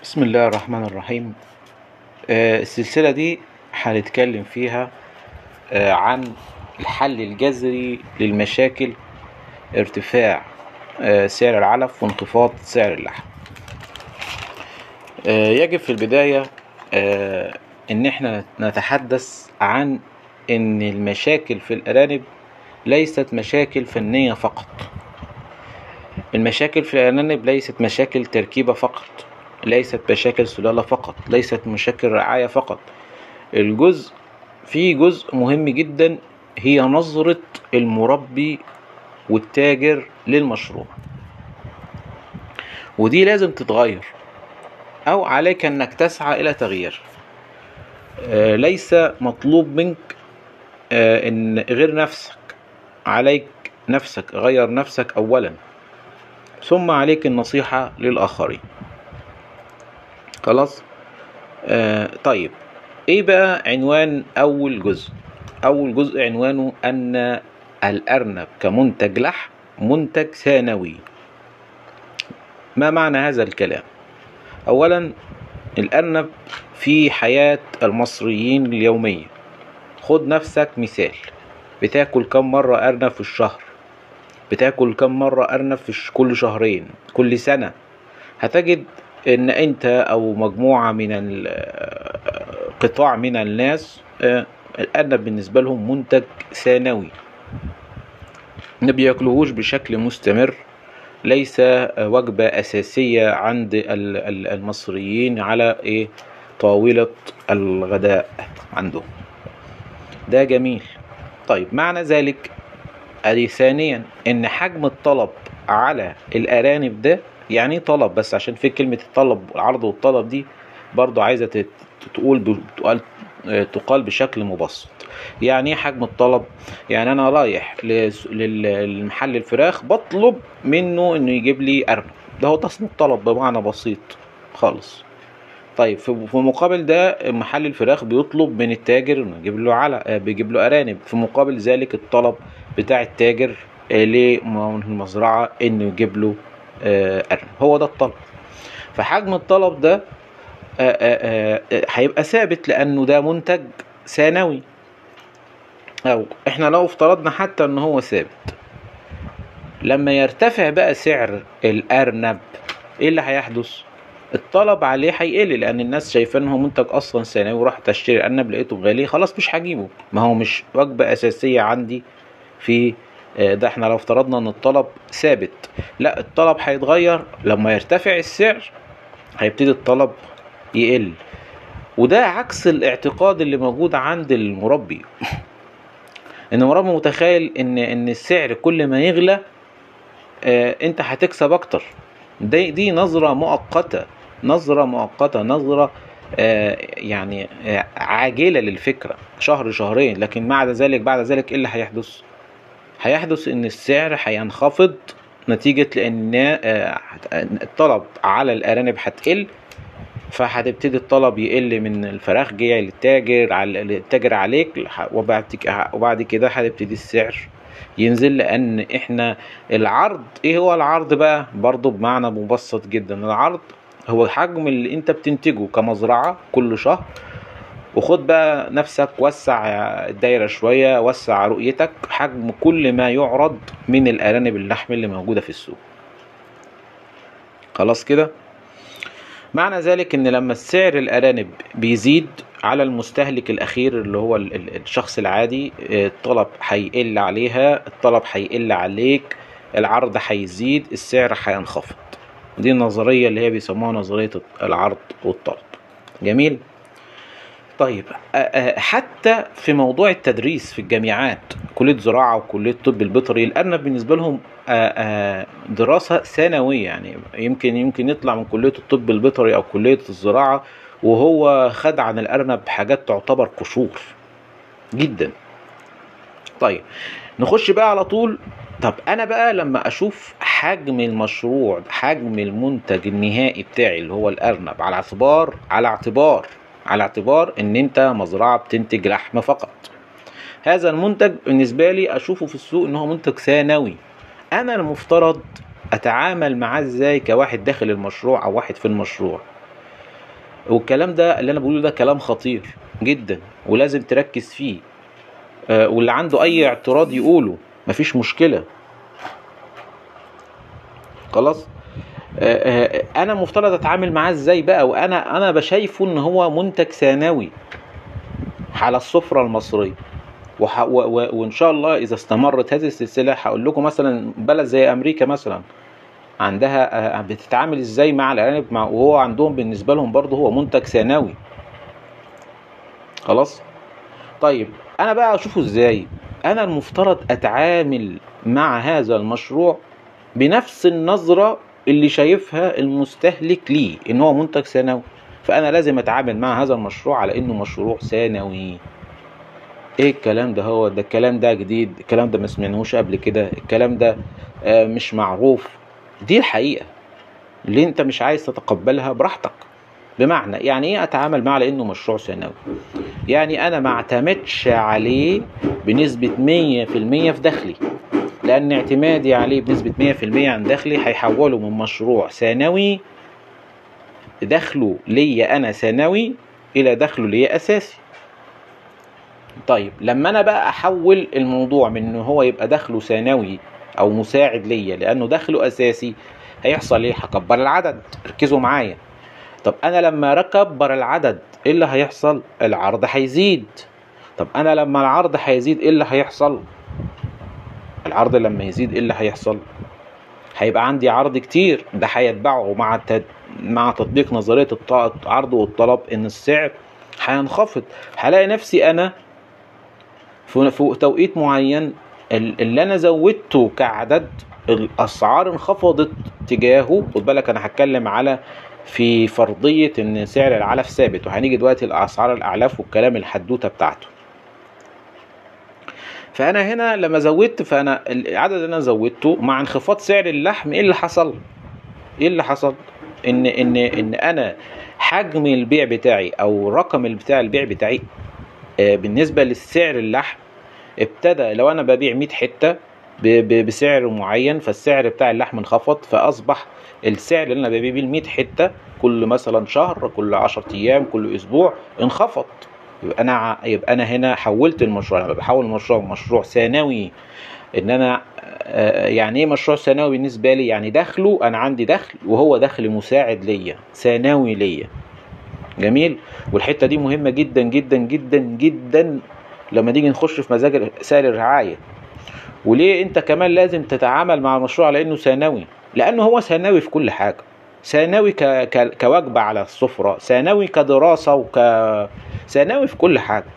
بسم الله الرحمن الرحيم. السلسلة دي هنتكلم فيها عن الحل الجذري للمشاكل ارتفاع سعر العلف وانخفاض سعر اللحم. يجب في البداية ان احنا نتحدث عن ان المشاكل في الأرانب ليست مشاكل فنية فقط. المشاكل في الأرانب ليست مشاكل تركيبة فقط، ليست مشاكل سلالة فقط، ليست مشاكل رعاية فقط. في جزء مهم جدا هي نظرة المربي والتاجر للمشروع، ودي لازم تتغير او عليك انك تسعى الى تغيير. ليس مطلوب منك ان غير نفسك، عليك نفسك، غير نفسك اولا ثم عليك النصيحة للآخرين. خلاص. طيب، ايه بقى عنوان اول جزء؟ اول جزء عنوانه ان الارنب كمنتج لحم منتج ثانوي. ما معنى هذا الكلام؟ اولا، الارنب في حياة المصريين اليومية. خد نفسك مثال، بتاكل كم مرة ارنب في الشهر؟ بتاكل كم مرة ارنب في كل شهرين، كل سنة؟ هتجد ان انت او مجموعة من قطاع من الناس الارنب بالنسبة لهم منتج ثانوي، ما بياكلوهوش بشكل مستمر، ليس وجبة اساسية عند المصريين على طاولة الغداء عندهم. ده جميل. طيب، معنى ذلك ثانيا ان حجم الطلب على الارانب ده، يعني طلب بس، عشان في كلمة الطلب، العرض والطلب دي برضو عايزة تقال بشكل مبسط. يعني ايه حجم الطلب؟ يعني انا رايح للمحل الفراخ بطلب منه انه يجيب لي ارنب، ده هو تصنيف طلب بمعنى بسيط خالص. طيب، في مقابل ده محل الفراخ بيطلب من التاجر انه يجيب له بيجيب له ارانب. في مقابل ذلك الطلب بتاع التاجر للمزرعة انه يجيب له ارنب، هو ده الطلب. فحجم الطلب ده هيبقى ثابت لانه ده منتج ثانوي. او احنا لو افترضنا حتى ان هو ثابت، لما يرتفع بقى سعر الارنب ايه اللي هيحدث؟ الطلب عليه هيقل، لان الناس شايفه ان هو منتج اصلا ثانوي، وراح تشتري ارنب لقيته غالي، خلاص مش هجيبه، ما هو مش وجبه اساسيه عندي في ده. احنا لو افترضنا ان الطلب ثابت، لا، الطلب هيتغير لما يرتفع السعر، هيبتدي الطلب يقل. وده عكس الاعتقاد اللي موجود عند المربي. ان المربي متخيل ان السعر كل ما يغلى انت هتكسب اكتر. دي نظرة مؤقتة، نظرة يعني عاجلة للفكرة، شهر شهرين، لكن بعد ذلك ايه اللي هيحدث؟ هيحدث ان السعر هينخفض نتيجة لان الطلب على الارانب هتقل، فهتبتدي الطلب يقل من الفراخ جاي للتاجر، على التاجر عليك، وبعد كده هتبتدي السعر ينزل. لان احنا العرض، ايه هو العرض بقى؟ برضو بمعنى مبسط جدا، العرض هو الحجم اللي انت بتنتجه كمزرعة كل شهر. وخد بقى نفسك، وسع الدايرة شوية، وسع رؤيتك، حجم كل ما يعرض من الارانب اللحم اللي موجودة في السوق. خلاص كده. معنى ذلك ان لما السعر الارانب بيزيد على المستهلك الاخير اللي هو الشخص العادي، الطلب هيقل عليها، الطلب هيقل عليك، العرض هيزيد، السعر هينخفض. دي النظرية اللي هي بيسموها نظرية العرض والطلب. جميل. طيب، حتى في موضوع التدريس في الجامعات، كلية زراعة وكلية طب البيطري، الأرنب بالنسبة لهم دراسة ثانوية. يعني يمكن يطلع من كلية الطب البيطري أو كلية الزراعة وهو خد عن الأرنب حاجات تعتبر قشور جدا. طيب، نخش بقى على طول. طب أنا بقى لما أشوف حجم المشروع، حجم المنتج النهائي بتاعي اللي هو الأرنب، على اعتبار ان انت مزرعة بتنتج لحم فقط، هذا المنتج بالنسبة لي اشوفه في السوق ان هو منتج ثانوي. انا المفترض اتعامل معاه ازاي كواحد داخل المشروع او واحد في المشروع؟ والكلام ده اللي انا بقوله ده كلام خطير جدا ولازم تركز فيه. واللي عنده اي اعتراض يقوله، مفيش مشكلة. خلاص. انا مفترض اتعامل معاه ازاي بقى وانا بشايفه ان هو منتج ثانوي على السفرة المصرية. وان شاء الله اذا استمرت هذه السلسلة هقول لكم مثلا بلد زي امريكا مثلا عندها بتتعامل ازاي مع الارانب، وهو عندهم بالنسبة لهم برضه هو منتج ثانوي. خلاص. طيب انا بقى اشوفه ازاي؟ انا المفترض اتعامل مع هذا المشروع بنفس النظرة اللي شايفها المستهلك ليه ان هو منتج ثانوي. فانا لازم اتعامل مع هذا المشروع على انه مشروع ثانوي. ايه الكلام ده؟ هو ده الكلام ده جديد، الكلام ده ما سمعناهوش قبل كده، الكلام ده مش معروف. دي الحقيقة اللي انت مش عايز تتقبلها براحتك. بمعنى يعني ايه اتعامل معه على انه مشروع ثانوي؟ يعني انا ما اعتمدش عليه بنسبة 100% في دخلي، لان اعتمادي عليه بنسبة 100% عن دخلي هيحوله من مشروع ثانوي دخله ليا انا ثانوي الى دخله ليا اساسي. طيب لما انا بقى احول الموضوع من انه هو يبقى دخله ثانوي او مساعد ليا لانه دخله اساسي، هيحصل ايه؟ هكبر العدد. ركزوا معايا. طب انا لما اكبر العدد ايه اللي هيحصل؟ العرض هيزيد. طب انا لما العرض هيزيد ايه اللي هيحصل؟ العرض لما يزيد ايه اللي هيحصل؟ هيبقى عندي عرض كتير. ده هيتبعه مع تطبيق نظرية العرض والطلب ان السعر هينخفض. هلاقي نفسي انا في توقيت معين اللي انا زودته كعدد الاسعار انخفضت تجاهه. خد بالك انا هتكلم على في فرضية ان سعر العلف ثابت، وهنيجي دلوقتي الاسعار الاعلاف والكلام الحدوتة بتاعته. فانا هنا لما زودت، فانا العدد اللي انا زودته مع انخفاض سعر اللحم ايه اللي حصل؟ ايه اللي حصل؟ ان انا حجم البيع بتاعي او رقم بتاع البيع بتاعي بالنسبة للسعر اللحم ابتدى، لو انا ببيع 100 حتة بسعر معين، فالسعر بتاع اللحم انخفض، فاصبح السعر اللي انا ببيع بيه 100 حتة كل مثلا شهر، كل 10 ايام، كل اسبوع انخفض. يبقى انا هنا حولت المشروع. انا بحول المشروع مشروع ثانوي. ان انا يعني ايه مشروع ثانوي بالنسبة لي؟ يعني دخله، انا عندي دخل وهو دخل مساعد ليا ثانوي ليا. جميل. والحتة دي مهمة جدا جدا جدا جدا لما نيجي نخش في مزاج سائل الرعاية. وليه انت كمان لازم تتعامل مع المشروع على انه ثانوي؟ لانه هو ثانوي في كل حاجة. ثانوي كوجبة على السفرة، ثانوي كدراسة، ثانوي في كل حاجة.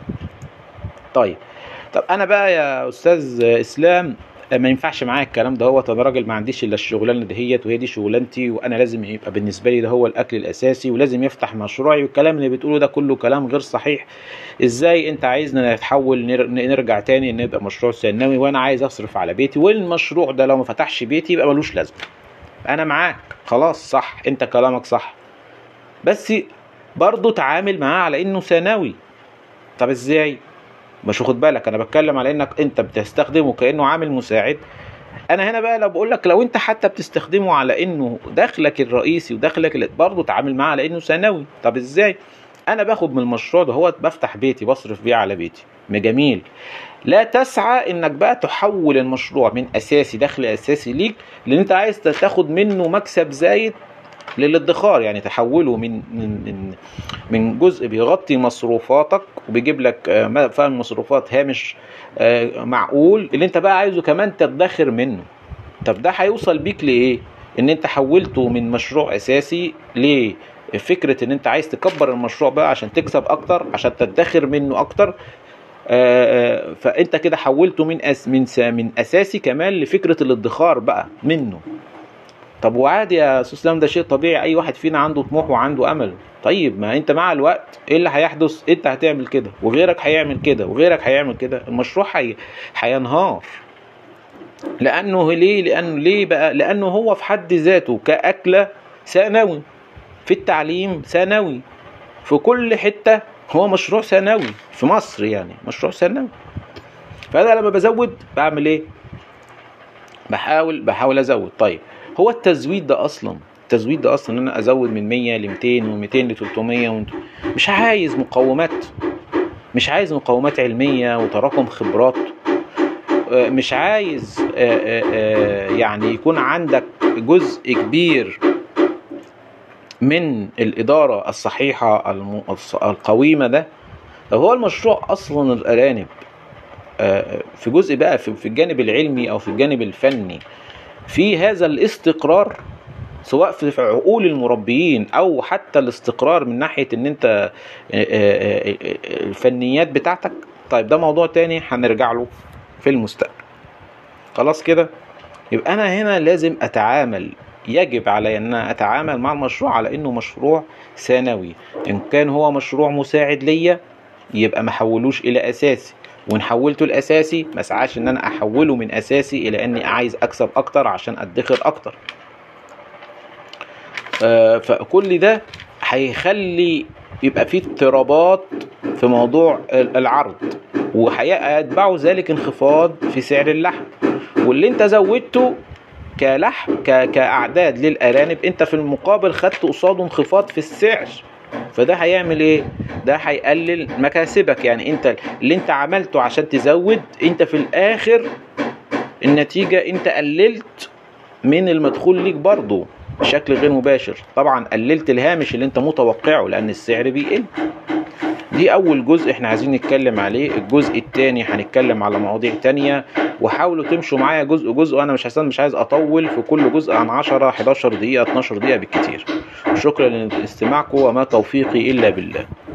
طب انا بقى يا استاذ اسلام ما ينفعش معايا الكلام ده. هو انا راجل ما عنديش الا الشغلانه دهيت وهي دي شغلانتي، وانا لازم يبقى بالنسبه لي ده هو الاكل الاساسي، ولازم يفتح مشروعي، والكلام اللي بتقوله ده كله كلام غير صحيح. ازاي انت عايزنا نتحول نرجع تاني نبقى مشروع ثانوي وانا عايز اصرف على بيتي، والمشروع ده لو ما فتحش بيتي يبقى ملوش لازمه؟ انا معاك خلاص، صح، انت كلامك صح، بس برضو تعامل معاه على انه ثانوي. طب ازاي؟ مش واخد بالك انا بتكلم على انك انت بتستخدمه كانه عامل مساعد. انا هنا بقى لو بقول لك لو انت حتى بتستخدمه على انه دخلك الرئيسي ودخلك برضه تعامل معاه على انه ثانوي. طب ازاي؟ انا باخد من المشروع ده هو بفتح بيتي بصرف بيه على بيتي. جميل. لا تسعى انك بقى تحول المشروع من اساسي دخل اساسي ليك، لان انت عايز تاخد منه مكسب زايد للادخار. يعني تحوله من جزء بيغطي مصروفاتك وبيجيب لك فاهم مصروفات هامش معقول، اللي انت بقى عايزه كمان تدخر منه. طب ده هيوصل بيك لايه؟ ان انت حولته من مشروع اساسي لفكرة ان انت عايز تكبر المشروع بقى عشان تكسب اكتر، عشان تدخر منه اكتر. فانت كده حولته من اساسي كمان لفكرة الادخار بقى منه. طب وعادي يا استاذ اسلام، ده شيء طبيعي، اي واحد فينا عنده طموح وعنده امل. طيب ما انت مع الوقت ايه اللي هيحدث؟ انت هتعمل كده وغيرك هيعمل كده وغيرك هيعمل كده، المشروع هينهار. لانه ليه بقى؟ لانه هو في حد ذاته كأكلة ثانوي، في التعليم ثانوي، في كل حتة هو مشروع ثانوي، في مصر يعني مشروع ثانوي. فانا لما بزود بعمل ايه؟ بحاول ازود. طيب هو التزويد ده اصلا التزويد ده اصلا ان انا ازود من 100 ل 200 و200 ل 300 مش عايز مقومات، مش عايز مقومات علمية وتراكم خبرات، مش عايز يعني يكون عندك جزء كبير من الإدارة الصحيحة القويمة. ده هو المشروع أصلا الأرانب في جزء بقى في الجانب العلمي أو في الجانب الفني في هذا الاستقرار، سواء في عقول المربيين أو حتى الاستقرار من ناحية إن أنت الفنيات بتاعتك. طيب ده موضوع تاني هنرجع له في المستقبل. خلاص كده، يبقى أنا هنا لازم أتعامل، يجب علي أن أتعامل مع المشروع على إنه مشروع ثانوي. إن كان هو مشروع مساعد ليا يبقى ما حولوش إلى أساسي، وإن حولته الأساسي ما سعاش إن أنا أحوله من أساسي إلى إني عايز أكسب أكتر عشان أدخر أكتر. فكل ده هيخلي يبقى فيه اضطرابات في موضوع العرض، وهيتبعه ذلك انخفاض في سعر اللحم. واللي انت زودته كلحم كأعداد للأرانب انت في المقابل خدت قصاده انخفاض في السعر، فده هيعمل ايه؟ ده هيقلل مكاسبك. يعني انت اللي انت عملته عشان تزود، انت في الآخر النتيجة انت قللت من المدخول ليك برضو بشكل غير مباشر. طبعا قللت الهامش اللي انت متوقعه لان السعر بيقل. دي اول جزء احنا عايزين نتكلم عليه. الجزء الثاني هنتكلم على مواضيع تانية، وحاولوا تمشوا معايا جزء جزء، وانا مش عايز اطول في كل جزء عن 10 11 دقيقة 12 دقيقة بالكتير. شكرا لاستماعكم، وما توفيقي الا بالله.